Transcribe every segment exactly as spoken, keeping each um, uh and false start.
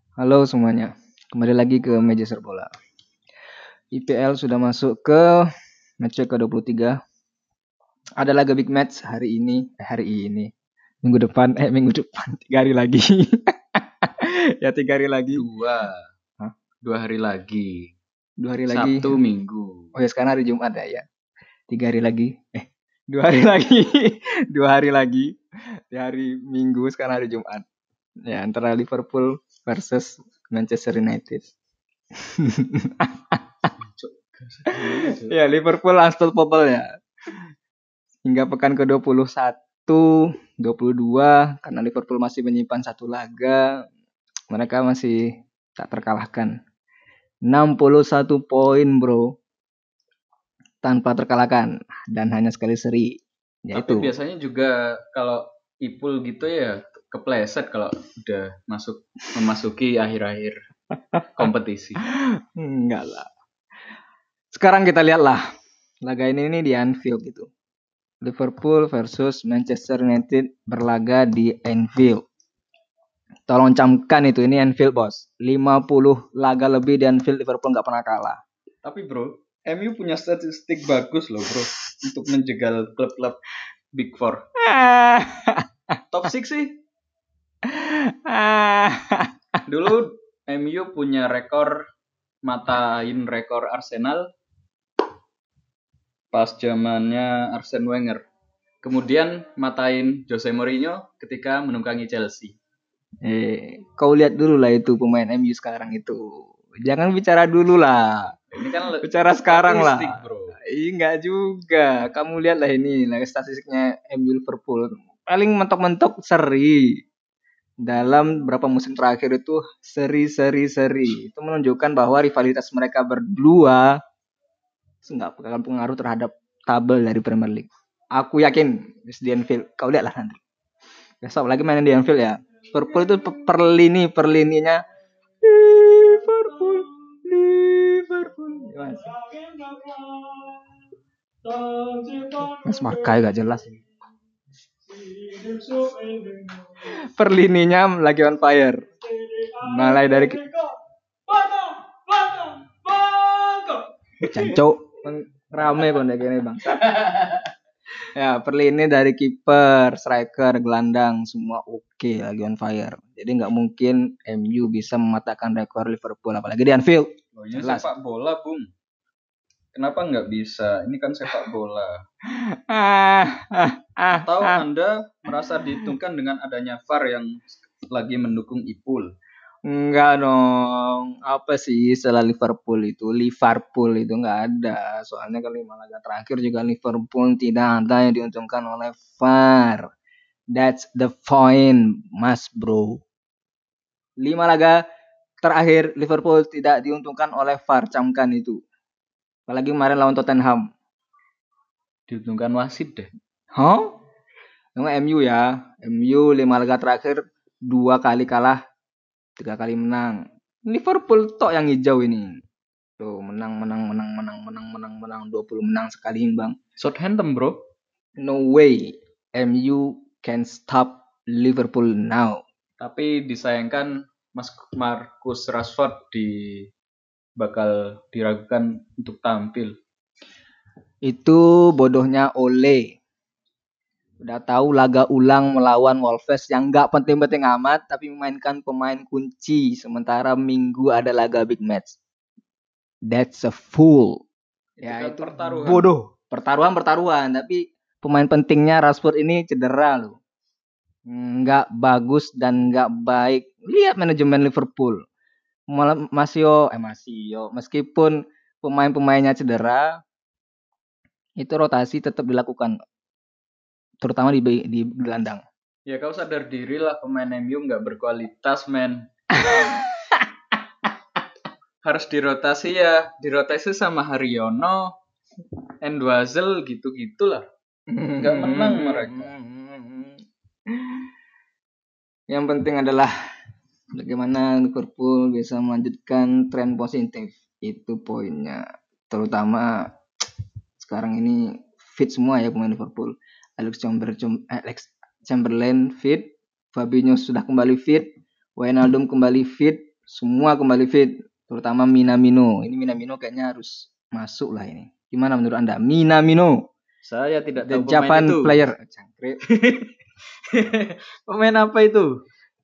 Halo semuanya, kembali lagi ke Meja Serbola. I P L sudah masuk ke match ke dua puluh tiga. Ada laga big match hari ini, eh, hari ini, minggu depan, eh minggu depan, tiga hari lagi. Ya tiga hari lagi. Dua. Hah? Dua hari lagi. Dua hari lagi. Sabtu Minggu. Oh ya sekarang hari Jumat ya, ya. Tiga hari lagi. Eh, dua hari lagi. Dua hari lagi. Di hari Minggu, sekarang hari Jumat. Ya antara Liverpool versus Manchester United. Ya Liverpool unstoppable ya. Hingga pekan ke dua puluh satu, dua puluh dua karena Liverpool masih menyimpan satu laga, mereka masih tak terkalahkan. enam puluh satu poin, Bro. Tanpa terkalahkan dan hanya sekali seri. Tapi Yaitu biasanya juga kalau Ipul gitu ya kepleset kalau udah masuk memasuki akhir-akhir kompetisi. enggak lah. Sekarang kita lihatlah laga ini nih di Anfield gitu. Liverpool versus Manchester United berlaga di Anfield. Tolong camkan itu, ini Anfield bos. lima puluh laga lebih di Anfield, Liverpool nggak pernah kalah. Tapi bro, M U punya statistik bagus loh bro untuk menjegal klub-klub Big Four. Top enam sih. Dulu M U punya rekor matain rekor Arsenal pas zamannya Arsene Wenger. Kemudian matain Jose Mourinho ketika menunggangi Chelsea. Eh, kau lihat dulu lah itu pemain M U sekarang itu. Jangan bicara dulu lah. Ini kan bicara sekarang lah. Bro. Iya enggak juga. Kamu lihat lah ini, lah statistiknya M U Liverpool. Paling mentok-mentok seri. Dalam berapa musim terakhir itu seri-seri-seri. Itu menunjukkan bahwa rivalitas mereka berdua enggak akan pengaruh terhadap tabel dari Premier League. Aku yakin di Anfield. Kau lihat lah nanti. Besok lagi main di Anfield ya. Liverpool itu per lini per lininya Liverpool Liverpool Mas Markai gak jelas per lininya lagi on fire, mulai dari Cancok rame kondek ini bang. Ya, per lini dari kiper, striker, gelandang semua oke okay, lagi on fire. Jadi nggak mungkin M U bisa mematahkan rekor Liverpool apalagi di Anfield. Oh, ini jelas. Sepak bola, Bung. Kenapa nggak bisa? Ini kan sepak bola. ah, ah, ah, Atau ah. Anda merasa dihitungkan dengan adanya V A R yang lagi mendukung Ipul? Enggak dong. Apa sih istilah Liverpool itu? Liverpool itu enggak ada. Soalnya kan lima laga terakhir juga Liverpool tidak ada yang diuntungkan oleh V A R. That's the point, Mas Bro. Lima laga terakhir Liverpool tidak diuntungkan oleh V A R. Camkan itu. Apalagi kemarin lawan Tottenham. Diuntungkan wasit deh. Hah? Huh? M U ya. M U lima laga terakhir dua kali kalah, tiga kali menang. Liverpool tok yang hijau ini. Tuh menang menang menang menang menang menang menang dua puluh menang sekali imbang. Southampton bro. No way M U can stop Liverpool now. Tapi disayangkan Mas Marcus Rashford di bakal diragukan untuk tampil. Itu bodohnya Ole. Udah tahu laga ulang melawan Wolves yang gak penting-penting amat, tapi memainkan pemain kunci. Sementara minggu ada laga big match. That's a fool. Itu ya kan itu pertaruhan. Bodoh. Pertaruhan-pertaruhan. Tapi pemain pentingnya Rashford ini cedera loh. Nggak bagus dan nggak baik. Lihat manajemen Liverpool. Masio, eh Masio, meskipun pemain-pemainnya cedera, itu rotasi tetap dilakukan. Terutama di di gelandang. Ya kau sadar diri lah pemain M U nggak berkualitas men. Harus dirotasi ya, dirotasi sama Haryono, Endwazel gitu-gitulah. Nggak menang mereka. Yang penting adalah bagaimana Liverpool bisa melanjutkan tren positif. Itu poinnya. Terutama sekarang ini fit semua ya pemain Liverpool. Alex Chamberlain, Alex Chamberlain fit, Fabinho sudah kembali fit, Wijnaldum kembali fit, Semua kembali fit, terutama Minamino. Ini Minamino kayaknya harus masuk lah ini. Gimana menurut Anda? Minamino. Saya tidak The tahu Japan pemain itu. player. Pemain apa itu?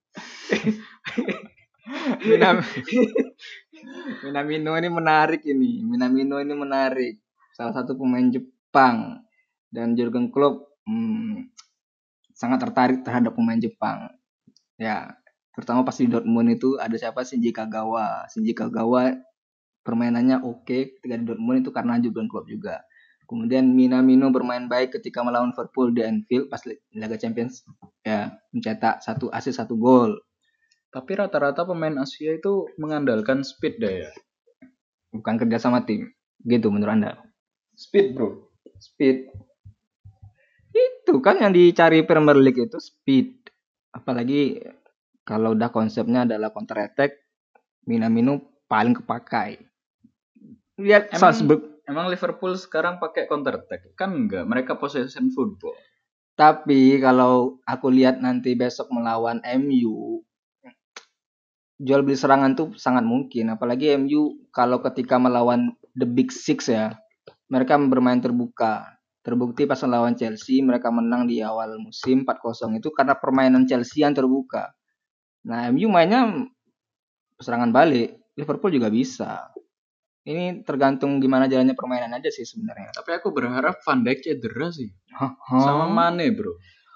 Minam Minamino ini menarik ini. Minamino ini menarik. Salah satu pemain Jepang. Dan Jurgen Klopp hmm, sangat tertarik terhadap pemain Jepang. Ya, terutama pas di Dortmund itu ada siapa? Shinji Kagawa. Shinji Kagawa permainannya oke ketika di Dortmund itu karena Jurgen Klopp juga. Kemudian Minamino bermain baik ketika melawan Liverpool di Anfield pas Liga Champions. Ya, mencetak satu assist satu gol. Tapi rata-rata pemain Asia itu mengandalkan speed deh ya. Bukan kerja sama tim. Gitu menurut Anda? Speed, bro. Speed. Itu kan yang dicari Premier League itu speed. Apalagi kalau udah konsepnya adalah counter attack, Minamino paling kepakai. Lihat Emang, Salzburg. Emang Liverpool sekarang pakai counter attack? Kan enggak, mereka possession football. Tapi kalau aku lihat nanti besok melawan M U, jual beli serangan tuh sangat mungkin. Apalagi M U kalau ketika melawan the Big Six ya, mereka bermain terbuka. Terbukti pas melawan Chelsea mereka menang di awal musim empat kosong itu karena permainan Chelsea yang terbuka. Nah, M U mainnya serangan balik, Liverpool juga bisa. Ini tergantung gimana jalannya permainan aja sih sebenarnya. Tapi aku berharap Van Dijk cedera sih. Sama Mane, bro.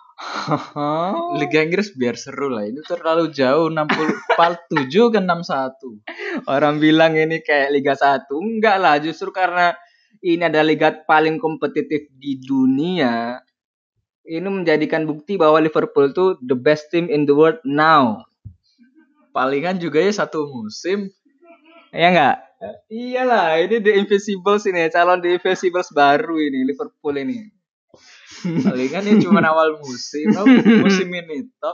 Liga Inggris biar seru lah. Ini terlalu jauh enam puluh empat tujuh ke enam puluh satu. Orang bilang ini kayak Liga satu. Enggak lah, justru karena ini adalah liga paling kompetitif di dunia. Ini menjadikan bukti bahwa Liverpool tuh the best team in the world now. Palingan juga ya satu musim. Ya enggak? Iyalah, ini The Invisibles ini, calon The Invisibles baru ini Liverpool ini. Palingan ini cuma awal musim, oh, musim ini tok.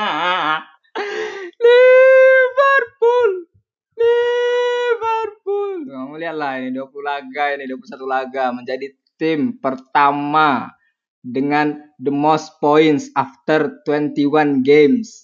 Liverpool, Liverpool. Kamu lihatlah ini dua puluh laga ini, dua puluh satu laga menjadi tim pertama dengan the most points after twenty-one games.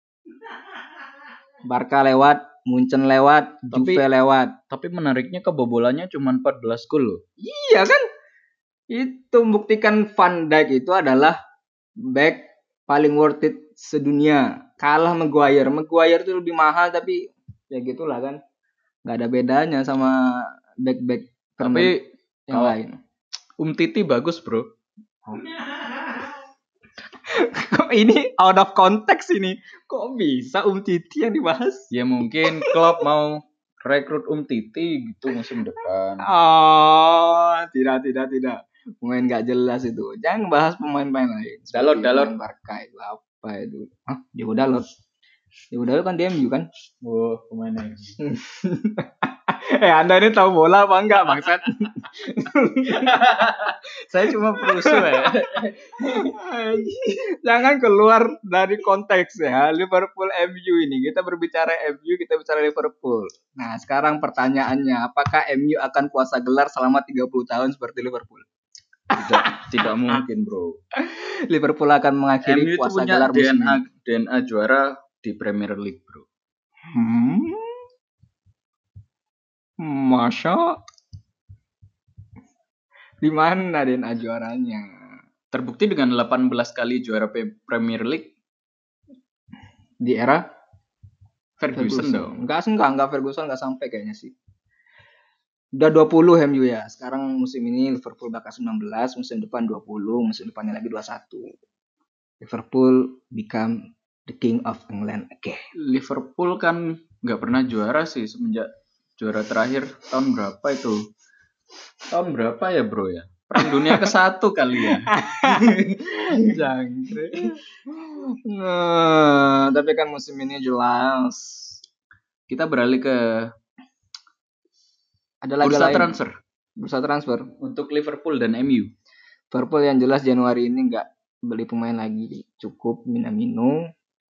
Barca lewat, Munchen lewat, tapi, Juve lewat. Tapi menariknya kebobolannya cuma empat belas gol loh. Iya kan? Itu membuktikan Van Dijk itu adalah back paling worth it sedunia. Kalah Maguire. Maguire itu lebih mahal tapi ya gitulah kan. Gak ada bedanya sama back-back tapi yang lain. Umtiti bagus, bro. Oh. Kok ini out of context ini? Kok bisa Umtiti yang dibahas? Ya mungkin Klopp mau rekrut Umtiti gitu musim depan. Oh, tidak tidak tidak. Pemain gak jelas itu. Jangan bahas pemain-pemain lain. Dalot, Dalot. Barca itu apa itu? Hah? Diego Dalot. Diego Dalot kan D M U kan? Oh, pemain M U. Eh, Anda ini tahu bola apa enggak, Bangsat? Saya cuma perusuh ya. Jangan keluar dari konteks ya. Liverpool M U ini. Kita berbicara M U, kita bicara Liverpool. Nah, sekarang pertanyaannya, apakah M U akan kuasa gelar selama tiga puluh tahun seperti Liverpool? Tidak, tidak mungkin, bro. Liverpool akan mengakhiri kuasa gelar musim ini. D N A juara di Premier League, bro. Hmm. Masya. Di mana D N A juaranya? Terbukti dengan delapan belas kali juara Premier League di era Ferguson, Ferguson. dong. Enggak, enggak, enggak Ferguson enggak sampai kayaknya sih. Udah dua puluh M U ya. Sekarang musim ini Liverpool bakal sembilan belas, musim depan dua puluh, musim depannya lagi dua puluh satu. Liverpool become the king of England again. Liverpool kan nggak pernah juara sih semenjak juara terakhir tahun berapa itu? Tahun berapa ya, bro ya? Perang dunia ke satu kali ya. Jangkrik. Nah, tapi kan musim ini jelas. Kita beralih ke ada lagi bursa lain. transfer. Bursa transfer untuk Liverpool dan M U. Liverpool yang jelas Januari ini nggak beli pemain lagi, cukup Minamino.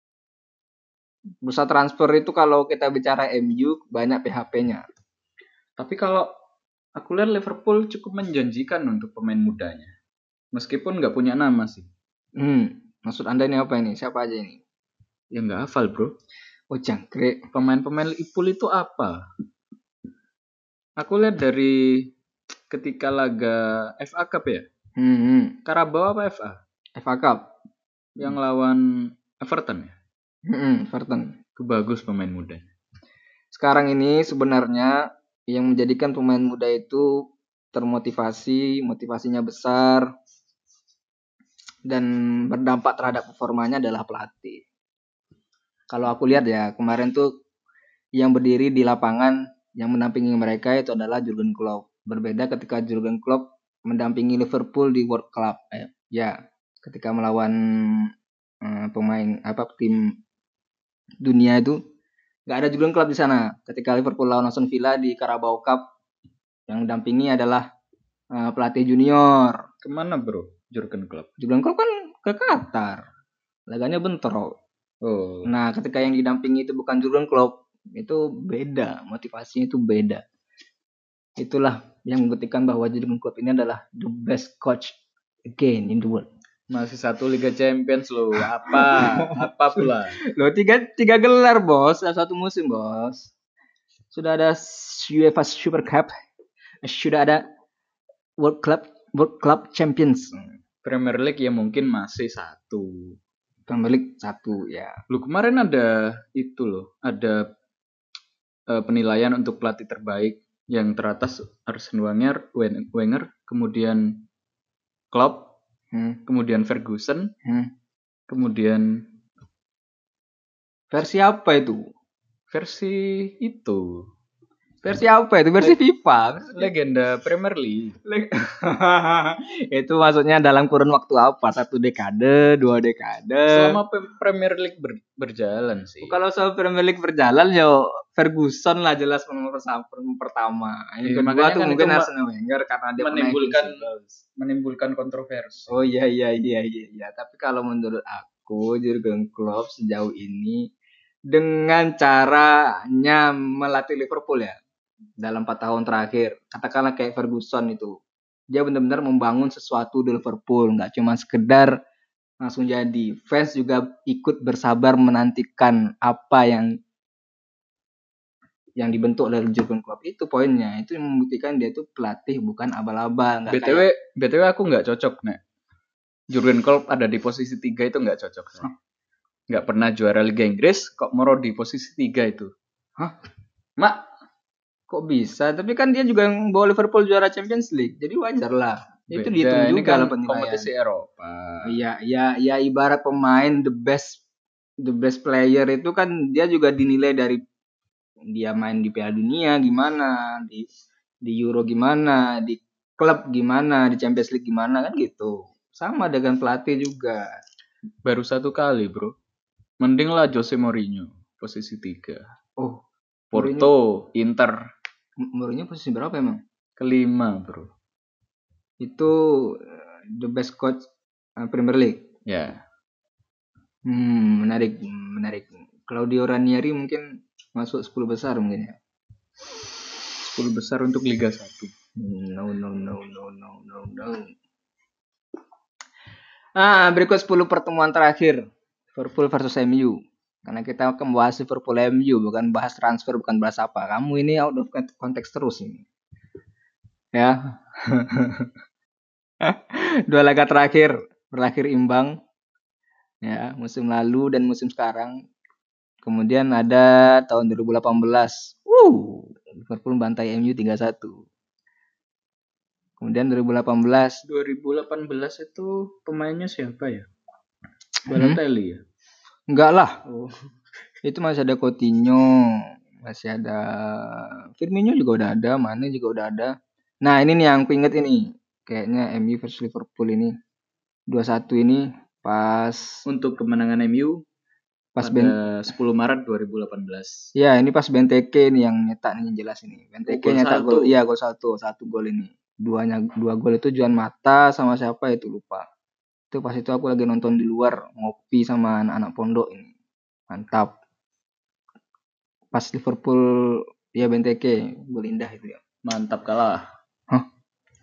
Bursa transfer itu kalau kita bicara M U banyak P H P-nya. Tapi kalau aku lihat Liverpool cukup menjanjikan untuk pemain mudanya. Meskipun nggak punya nama sih. Hmm, maksud Anda ini apa ini? Siapa aja ini? Ya nggak hafal, bro. Oh, jangkrik. Pemain-pemain Liverpool itu apa? Aku lihat dari ketika laga F A Cup ya. Hmm. Carabao apa F A? F A Cup. Yang lawan Everton ya. Hmm, Everton. Itu bagus pemain muda. Sekarang ini sebenarnya yang menjadikan pemain muda itu termotivasi, motivasinya besar, dan berdampak terhadap performanya adalah pelatih. Kalau aku lihat ya, kemarin tuh yang berdiri di lapangan yang mendampingi mereka itu adalah Jurgen Klopp. Berbeda ketika Jurgen Klopp mendampingi Liverpool di World Cup. Eh, ya, ketika melawan eh, pemain apa tim dunia itu nggak ada Jurgen Klopp di sana. Ketika Liverpool lawan Aston Villa di Carabao Cup, yang mendampingi adalah uh, pelatih junior. Kemana bro Jurgen Klopp? Jurgen Klopp kan ke Qatar. Laganya bentrok. Oh. Nah, ketika yang didampingi itu bukan Jurgen Klopp, itu beda, motivasinya itu beda. Itulah yang membuktikan bahwa Jurgen Klopp ini adalah the best coach again in the world. Masih satu Liga Champions loh. Apa? Apa pula? Loh, tiga, tiga gelar bos, satu musim bos. Sudah ada UEFA Super Cup, sudah ada World Club World Club Champions. Premier League ya mungkin masih satu. Premier League satu ya. Lu kemarin ada itu loh, ada uh, penilaian untuk pelatih terbaik yang teratas Arsene Wenger, Wenger, kemudian Klopp, hmm. kemudian Ferguson, hmm. kemudian versi apa itu? Versi itu. Versi apa itu? Versi Le- FIFA. Legenda Premier League. Itu maksudnya dalam kurun waktu apa? Satu dekade, dua dekade? Selama Premier League ber- berjalan sih. Kalau soal Premier League berjalan, yo Ferguson lah jelas nomor pertama. Yang ya, kedua tuh kan mungkin Arsene Wenger karena dia menimbulkan menimbulkan kontroversi. Oh iya iya iya iya iya. Tapi kalau menurut aku Jurgen Klopp sejauh ini dengan caranya melatih Liverpool ya dalam empat tahun terakhir, katakanlah kayak Ferguson itu, dia benar-benar membangun sesuatu di Liverpool, nggak cuma sekedar langsung jadi. Fans juga ikut bersabar menantikan apa yang yang dibentuk dari Jurgen Klopp. Itu poinnya, itu yang membuktikan dia itu pelatih bukan abal-abal. B T W kayak... B T W aku nggak cocok nih. Jurgen Klopp ada di posisi tiga itu nggak cocok. Huh? Nggak pernah juara Liga Inggris, kok moro di posisi tiga itu. Hah? Mak, kok bisa? Tapi kan dia juga bawa Liverpool juara Champions League, jadi wajar lah. Itu dihitung juga kan lah penilaian. Kompetisi Eropa. Iya, ya, ya ibarat pemain the best, the best player itu kan dia juga dinilai dari dia main di Piala Dunia gimana, di di Euro gimana, di klub gimana, di Champions League gimana kan gitu. Sama dengan pelatih juga. Baru satu kali bro. Mending lah Jose Mourinho posisi tiga. Oh, Porto, Mourinho. Inter. Mourinho posisi berapa emang? Kelima bro. Itu the best coach uh, Premier League. Ya. Yeah. Hmm, menarik, menarik. Claudio Ranieri mungkin masuk sepuluh besar mungkin ya. sepuluh besar untuk Liga satu. No, no, no, no, no, no, no. Ah, berikut sepuluh pertemuan terakhir Liverpool versus M U. Karena kita akan membahas Liverpool M U, bukan bahas transfer, bukan bahas apa. Kamu ini out of konteks terus ini. Ya. Dua laga terakhir berakhir imbang. Ya, musim lalu dan musim sekarang. Kemudian ada tahun dua ribu delapan belas. Uh, Liverpool bantai M U tiga satu. Kemudian dua ribu delapan belas. dua ribu delapan belas itu pemainnya siapa ya? Balotelli hmm? ya? Enggak lah. Oh. Itu masih ada Coutinho, masih ada Firmino juga udah ada, Mane juga udah ada. Nah, ini nih yang aku inget ini. Kayaknya M U versus Liverpool ini dua satu ini pas untuk kemenangan M U pas pada ben... sepuluh Maret dua ribu delapan belas. Ya, ini pas Benteke nih yang nyetak nih jelas ini. Benteke oh, nyetak gol. Iya, gol satu, satu gol ini. Duanya dua gol itu Juan Mata sama siapa itu lupa. Itu pas itu aku lagi nonton di luar ngopi sama anak-anak pondok ini. Mantap. Pas Liverpool ya Benteke gol indah itu ya. Mantap kalah. Hah?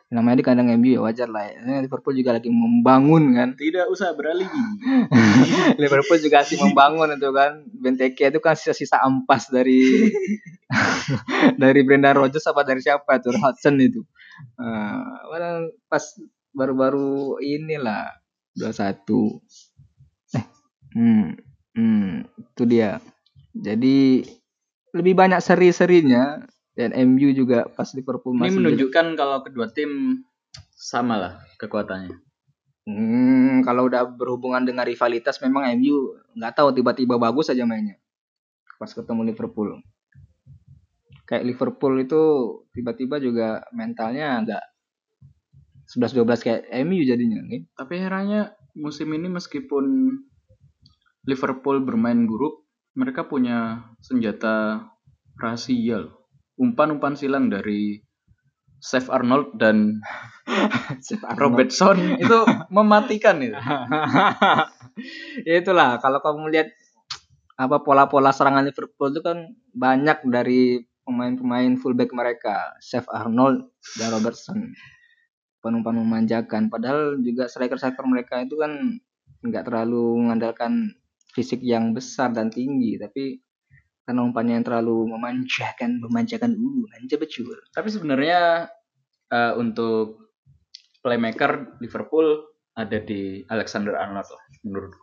namanya di kandang M U ya wajar lah ya. Liverpool juga lagi membangun kan. Tidak usah beralibi. Liverpool juga masih membangun itu kan. Benteke itu kan sisa-sisa ampas dari dari Brendan Rodgers apa dari siapa itu Hudson itu. Nah, pas baru-baru inilah dua satu. Eh, hmm, hmm, itu dia. Jadi lebih banyak seri-serinya dan M U juga pas Liverpool Ini masih menunjukkan jadi... kalau kedua tim sama lah kekuatannya. Hmm, kalau udah berhubungan dengan rivalitas memang M U nggak tahu tiba-tiba bagus aja mainnya pas ketemu Liverpool. Kayak Liverpool itu tiba-tiba juga mentalnya agak sebelas dua belas kayak M U jadinya. Gitu. Tapi herannya musim ini meskipun Liverpool bermain buruk, mereka punya senjata rahasia. Umpan-umpan silang dari Seth Arnold dan Robertson itu mematikan itu. Ya itulah kalau kamu lihat apa pola-pola serangan Liverpool itu kan banyak dari pemain-pemain fullback mereka, Seth Arnold dan Robertson. Umpan-umpan memanjakan. Padahal juga striker-striker mereka itu kan nggak terlalu mengandalkan fisik yang besar dan tinggi, tapi karena umpannya yang terlalu memanjakan, memanjakan, uh, manja betul. Tapi sebenarnya uh, untuk playmaker Liverpool ada di Alexander Arnold lah menurutku.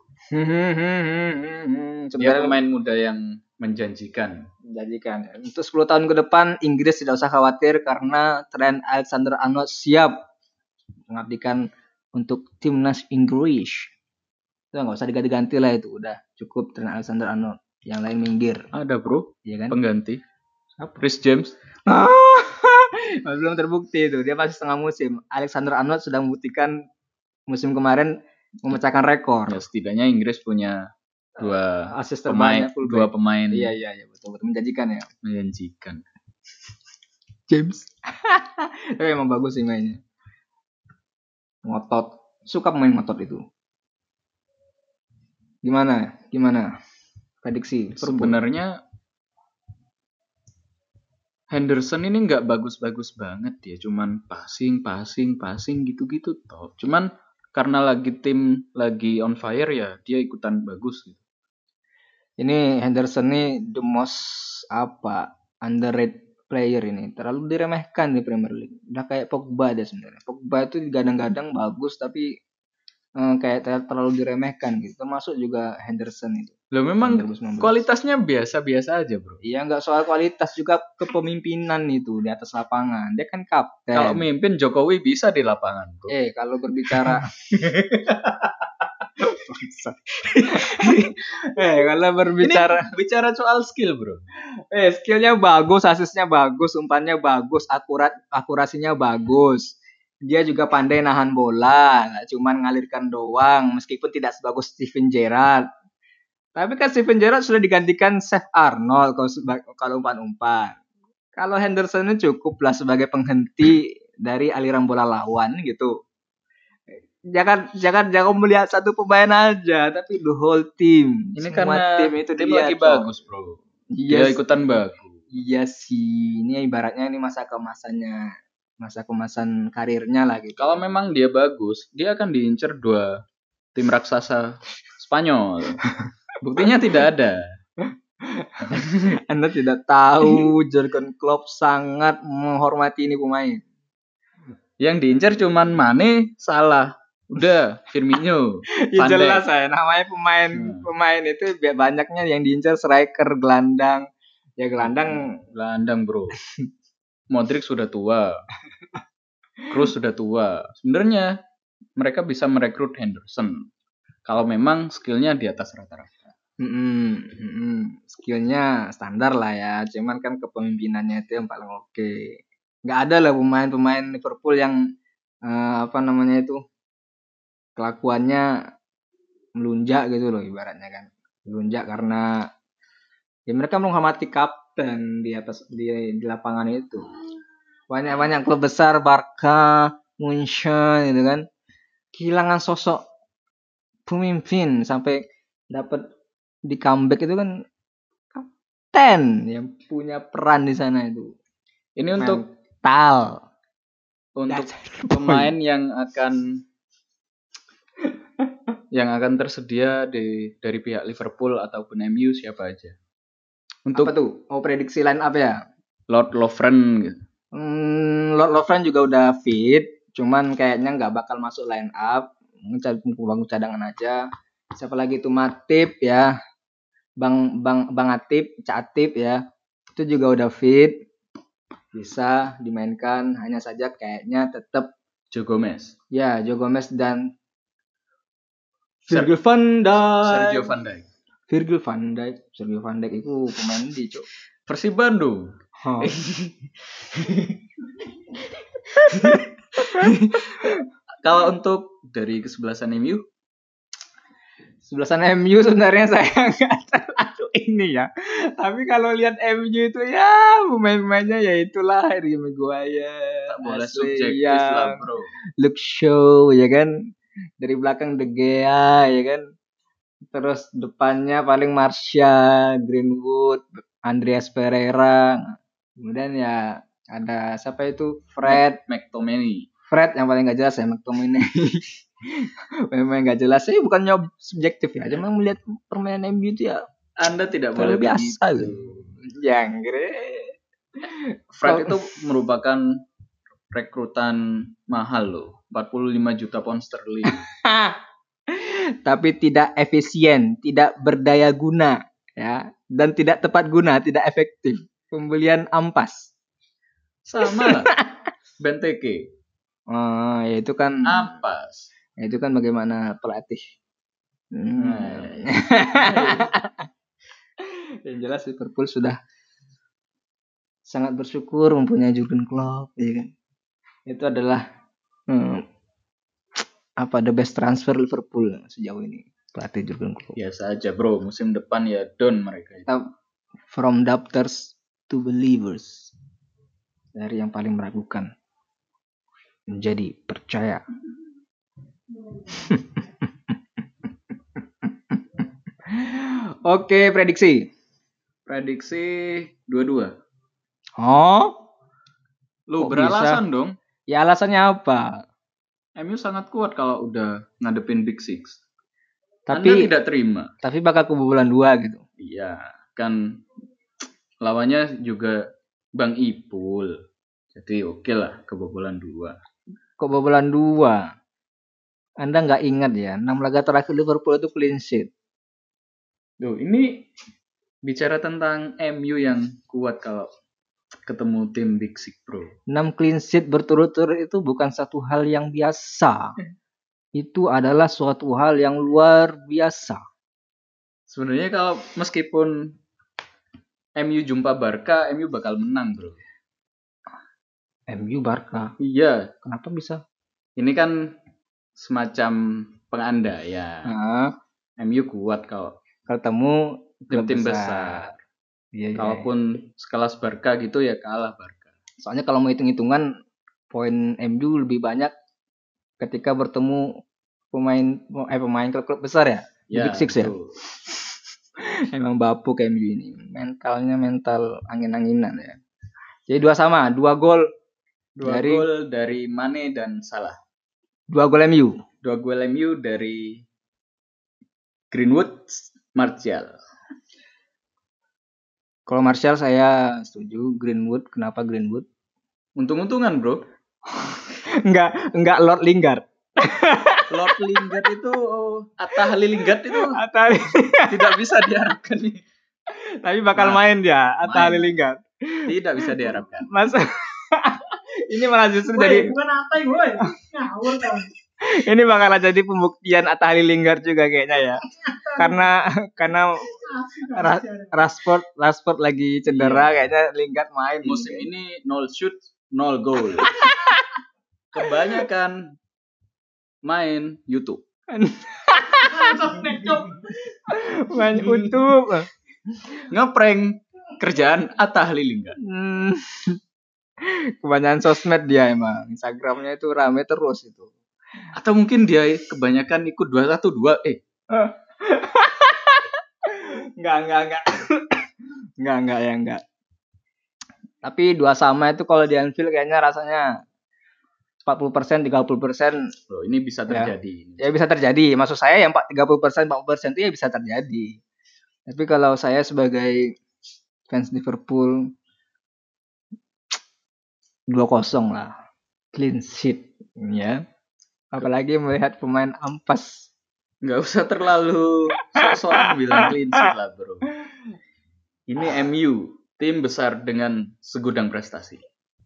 Dia pemain muda yang menjanjikan. Menjanjikan. Untuk sepuluh tahun ke depan Inggris tidak usah khawatir karena Trent Alexander-Arnold siap mengabdikan untuk timnas Inggris. Itu nggak usah diganti-ganti lah itu, udah cukup Trent Alexander-Arnold. Yang lain minggir. Ada bro, iya kan? Pengganti. Chris James. Belum terbukti itu, dia masih setengah musim. Alexander Arnold sudah membuktikan musim kemarin memecahkan rekor. Ya, setidaknya Inggris punya dua uh, asis pemain, dua pemain. Iya iya iya betul betul menjanjikan ya. Menjanjikan. James. Tapi emang bagus sih mainnya. Ngotot, suka pemain ngotot itu. Gimana? Gimana? Prediksi. Sebenarnya Henderson ini nggak bagus-bagus banget dia, cuman passing, passing, passing gitu-gitu toh. Cuman karena lagi tim lagi on fire ya dia ikutan bagus gitu. Ini Henderson nih the most apa underrated player ini, terlalu diremehkan di Premier League. Udah kayak Pogba deh sebenarnya. Pogba itu kadang-kadang bagus tapi eh, kayak terlalu diremehkan gitu. Termasuk juga Henderson itu. Loh memang kualitasnya biasa-biasa aja bro. Iya nggak soal kualitas juga kepemimpinan itu di atas lapangan. Dia kan kapten. Kalau mimpin Jokowi bisa di lapangan bro. Eh kalau berbicara eh kalau berbicara ini bicara soal skill bro. Eh skillnya bagus, asisnya bagus, umpannya bagus, akurat akurasinya bagus. Dia juga pandai nahan bola, nggak cuma ngalirkan doang, meskipun tidak sebagus Steven Gerrard. Tapi kan Steven Gerrard sudah digantikan Seth Arnold kalau kalau umpan-umpan. Kalau Henderson cukup lah sebagai penghenti dari aliran bola lawan gitu. Jangan jangan jangan melihat satu pemain aja, tapi the whole team. Ini karena tim itu tim lagi bagus, bro. Iya, dia ikutan bagus. Iya sih, ini ibaratnya ini masa kemasannya, masa kemasan karirnya lah gitu. Kalau memang dia bagus, dia akan diincar dua tim raksasa Spanyol. Buktinya tidak ada. Anda tidak tahu Jurgen Klopp sangat menghormati ini pemain. Yang diincar cuman Mane, Salah. Udah, Firmino. Ya jelas ya, namanya pemain hmm. pemain itu banyaknya yang diincar striker, gelandang. Ya gelandang, gelandang bro. Modric sudah tua. Kroos sudah tua. Sebenarnya mereka bisa merekrut Henderson kalau memang skillnya di atas rata-rata. Mm-mm, mm-mm. Skillnya standar lah ya, cuman kan kepemimpinannya itu yang paling oke. Nggak ada lah pemain-pemain Liverpool yang uh, apa namanya itu kelakuannya melunjak gitu loh ibaratnya kan. Melunjak karena ya mereka menghormati kapten di atas di, di lapangan itu. Banyak-banyak klub besar Barca, Munchen gitu kan. Kehilangan sosok pemimpin sampai dapat di comeback itu kan kapten yang punya peran di sana itu. Ini untuk mental. untuk pemain yang akan yang akan tersedia di dari pihak Liverpool ataupun M U siapa aja? Untuk apa tuh? Oh, prediksi line up ya? Lord Lovren gitu. Hmm, Lord Lovren juga udah fit, cuman kayaknya nggak bakal masuk line up. Bangku cadangan aja. Siapa lagi tuh? Matip ya. Bang Bang Bang Atip, Cak Atip ya. Itu juga udah fit. Bisa dimainkan, hanya saja kayaknya tetap Joe Gomez. Ya, Joe Gomez dan Virgil van Dijk. Sergio van Dijk. Virgil van Dijk, Sergio van Dijk itu pemain di Cuk. Persib Bandung. Oh. Kalau untuk dari kesebelasan M U, Sebelasan M U sebenarnya saya nggak terlalu ini ya. Tapi kalau lihat M U itu ya pemain-pemainnya ya itulah Harry Maguire, tak boleh Ashley subjektif Young, lah bro. Luke Shaw ya kan. Dari belakang De Gea ya kan. Terus depannya paling Martial, Greenwood, Andreas Pereira. Kemudian ya ada siapa itu? Fred McTominay. Fred yang paling gak jelas ya, McTominay. Memang gak jelas. Saya bukannya subjektif ya, cuma melihat permainan M U itu ya Anda tidak boleh biasa begitu. Yang Fred itu merupakan rekrutan mahal loh, empat puluh lima juta pound sterling. Tapi tidak efisien, tidak berdaya guna ya, dan tidak tepat guna, tidak efektif. Pembelian ampas. Sama lah. Benteke. Oh, ya itu kan ampas. Ya itu kan bagaimana pelatih. Hmm. Nah, Yang jelas Liverpool sudah sangat bersyukur mempunyai Jurgen Klopp, ya kan. Itu adalah hmm, apa the best transfer Liverpool sejauh ini, pelatih Jurgen Klopp. Biasa aja bro, musim depan ya down mereka itu. From doubters to believers, dari yang paling meragukan menjadi percaya. Oke, prediksi. Prediksi dua dua. Oh? Lu beralasan bisa? Dong. Ya alasannya apa? M U sangat kuat kalau udah ngadepin Big Six. Tapi Anda tidak terima. Tapi bakal kebobolan dua gitu. Iya, kan lawannya juga Bang Ipul. Jadi oke okay lah kebobolan dua. Kebobolan dua. Anda nggak ingat ya, enam laga terakhir Liverpool itu clean sheet. Duh, ini bicara tentang M U yang kuat kalau ketemu tim Big Six, bro. enam clean sheet berturut-turut itu bukan satu hal yang biasa. Itu adalah suatu hal yang luar biasa. Sebenarnya kalau meskipun M U jumpa Barca, M U bakal menang, bro. M U Barca? Iya. Kenapa bisa? Ini kan semacam pengandaian. Nah, M U kuat kalau ketemu tim besar. besar. Iya, Kalaupun iya. sekelas Barca gitu ya kalah Barca. Soalnya kalau mau hitung-hitungan poin M U lebih banyak ketika bertemu pemain eh pemain klub-klub besar ya, ya Big Six ya. Emang bapuk M U ini. Mentalnya mental angin-anginan ya. Jadi dua sama, dua gol dua dari, gol dari Mane dan Salah. Dua gol M U. Dua gol M U dari Greenwood, Martial. Kalau Martial saya setuju. Greenwood, kenapa Greenwood? Untung-untungan, bro. enggak, enggak Lord Lingard. Lord Lingard itu oh, Atta Halilinggard itu Atta tidak bisa diharapkan nih. Tapi bakal nah, main dia Atta Halilinggard. Tidak bisa diharapkan. Masa ini malah justru woy, jadi bukan Atta gue. Ngawur kan. Ini bakalan jadi pembuktian Atta Halilinggard juga kayaknya ya. karena karena Ra- Rashford Rashford lagi cedera, iya. Kayaknya Lingard main. Musim gitu. Ini nol shoot, nol goal. Kebanyakan main YouTube. Main YouTube. Ngeprank kerjaan Atta Halilinggard. Hmm. Kebanyakan sosmed dia emang. Instagramnya itu rame terus itu. Atau mungkin dia kebanyakan ikut dua satu dua eh. Enggak, enggak, enggak. Enggak, enggak ya, enggak. Tapi dua sama itu kalau di Anfield kayaknya rasanya empat puluh persen, tiga puluh persen. Loh, ini bisa terjadi. Ya, ya bisa terjadi. Maksud saya yang tiga puluh persen, empat puluh persen itu ya bisa terjadi. Tapi kalau saya sebagai fans Liverpool dua kosong lah. Clean sheet ya. Apalagi melihat pemain ampas. Nggak usah terlalu sok-sokan bilang clean sheet lah, bro. Ini M U, tim besar dengan segudang prestasi.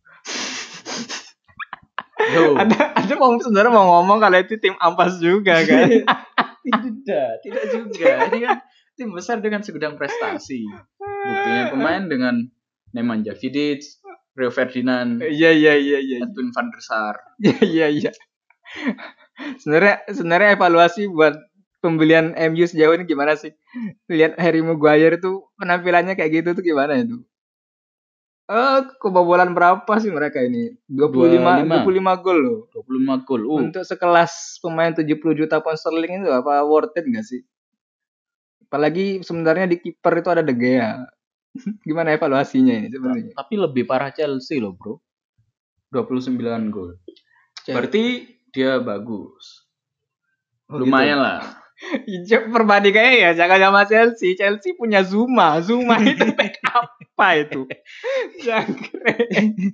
Yo. Ada ada mau sebenarnya mau ngomong kalau itu tim ampas juga kan? Tidak, tidak juga. Ini kan tim besar dengan segudang prestasi. Buktinya pemain dengan Nemanja Vidic, Rio Ferdinand, iya iya iya iya, Edwin van der Sar. Iya iya iya. Sebenarnya sebenarnya evaluasi buat pembelian M U sejauh ini gimana sih? Lihat Harry Maguire itu penampilannya kayak gitu tuh gimana itu? Eh, kebobolan berapa sih mereka ini? dua puluh lima, dua puluh lima gol loh. dua puluh lima gol. Uh. Untuk sekelas pemain tujuh puluh juta pound sterling itu apa worth it enggak sih? Apalagi sebenarnya di kiper itu ada De Gea. Gimana evaluasinya ini sebenarnya? Tapi lebih parah Chelsea loh, bro. dua puluh sembilan gol. Berarti dia bagus. Oh, lumayan gitu lah. Perbandingannya ya jangan sama Chelsea. Chelsea punya Zuma. Zuma itu back apa itu? Jangkrik.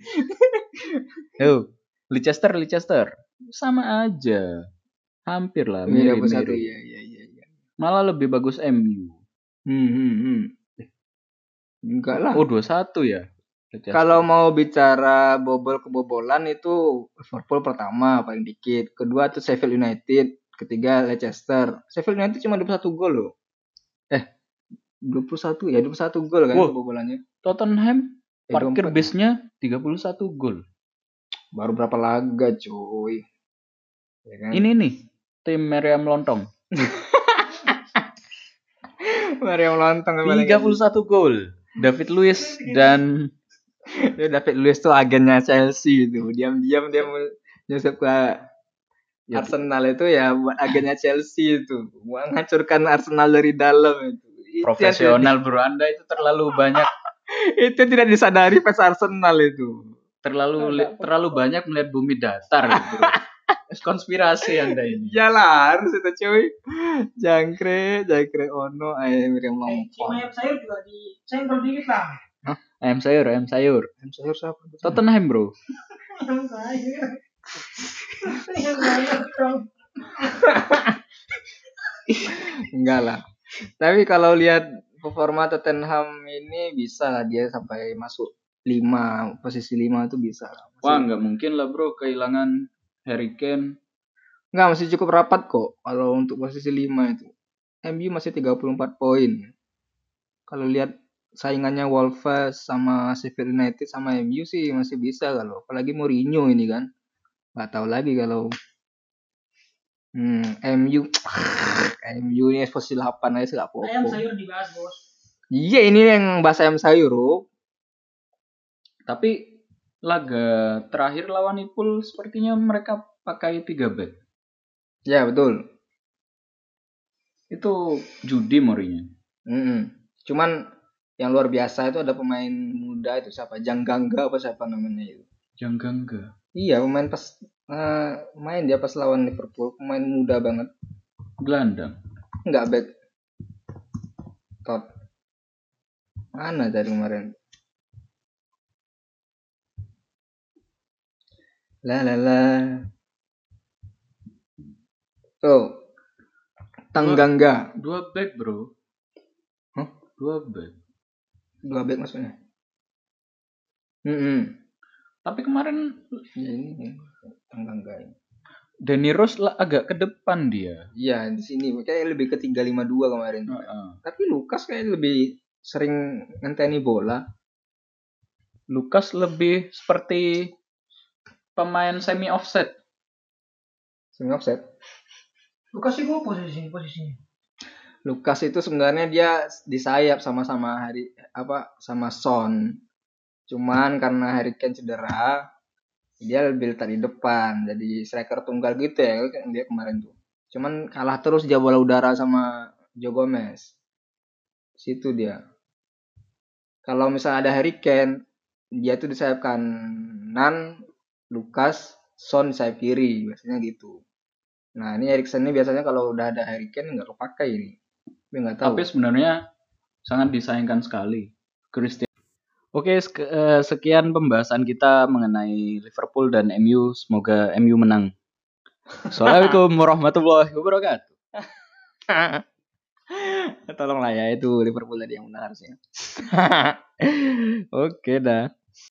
Oh, Leicester, Leicester. Sama aja. Hampir lah. Mirip-mirip. Iya, iya, iya, iya. Malah lebih bagus M U. Hmm, hmm, hmm. Enggak lah. Oh, dua satu ya. Leicester. Kalau mau bicara bobol kebobolan itu Liverpool pertama paling dikit. Kedua itu Sheffield United. Ketiga Leicester. Sheffield United cuma dua puluh satu gol loh. Eh, dua puluh satu ya, dua puluh satu gol kan wow. Kebobolannya. Tottenham eh, parkir base-nya tiga puluh satu gol. Baru berapa laga, cuy. Ya kan? Ini nih, tim Meriam Lontong. Meriam Lontong tiga puluh satu gol. David Luiz dan David Luiz tuh agennya Chelsea itu. Diam-diam dia nyusup ke ya, Arsenal itu ya buat agennya Chelsea itu. Menghancurkan Arsenal dari dalam itu. Profesional bro, Anda itu terlalu banyak. Itu tidak disadari fans Arsenal itu. Terlalu li, terlalu banyak melihat bumi datar bro. Konspirasi Anda ini. Iyalah harus itu cuy. Jangkrik, jangkrik ono ayam yang mau. Ayam sayur juga di senggol dikit lah. Hah? Ayam sayur, ayam sayur. Ayam sayur siapa? Tottenham bro. Ayam sayur. Enggak lah. Tapi kalau lihat performa Tottenham ini bisa lah dia sampai masuk lima, posisi lima itu bisa. Masih... Wah, enggak mungkin lah bro kehilangan Harry Kane. Enggak, masih cukup rapat kok kalau untuk posisi lima itu. M U masih tiga puluh empat poin. Kalau lihat saingannya Wolves sama Sheffield United sama M U sih masih bisa kalau. Apalagi Mourinho ini kan. Enggak tahu lagi kalau hmm, M U M U ini posisi delapan aja enggak apa-apa. Ayam sayur dibahas, Bos. Iya, ini yang bahas ayam sayur, bro. Tapi laga terakhir lawan Liverpool sepertinya mereka pakai tiga back. Ya, betul. Itu judi Mourinho. Mm-hmm. Cuman yang luar biasa itu ada pemain muda itu siapa? Janggangga apa siapa namanya itu? Janggangga. Iya, pemain pas uh, main dia pas lawan Liverpool, pemain muda banget. Gelandang. Enggak back. Tot. Mana dari kemarin? La la la. Tuh. Tanggangga. Dua, dua back, bro. Hah? Dua back. Dua back maksudnya? Hmm. Tapi kemarin ya ini Tanggangga. Danny Rose lah agak ke depan dia. Iya, di sini kayak lebih ke tiga lima dua kemarin. Uh-uh. Tapi Lukas kayak lebih sering ngenteni bola. Lukas lebih seperti pemain semi offset. Semi offset. Lukas itu posisi posisinya. Lukas itu sebenarnya dia di sayap sama-sama hari apa sama Son. Cuman karena Harry Kane cedera, dia lebih letak di depan. Jadi striker tunggal gitu ya dia kemarin tuh. Cuman kalah terus dia bola udara sama Joe Gomez. Situ dia. Kalau misalnya ada Harry Kane, dia tuh di sayap kanan, Lukas Son sayap kiri biasanya gitu. Nah ini Erikson ini biasanya kalau udah ada Harry Kane nggak kepakai ini. Tapi nggak tahu. Tapi sebenarnya sangat disayangkan sekali Christian. Oke, sekian pembahasan kita mengenai Liverpool dan M U. Semoga M U menang. Assalamualaikum warahmatullahi wabarakatuh. Tolonglah ya, itu Liverpool tadi yang menang harusnya. Oke dah.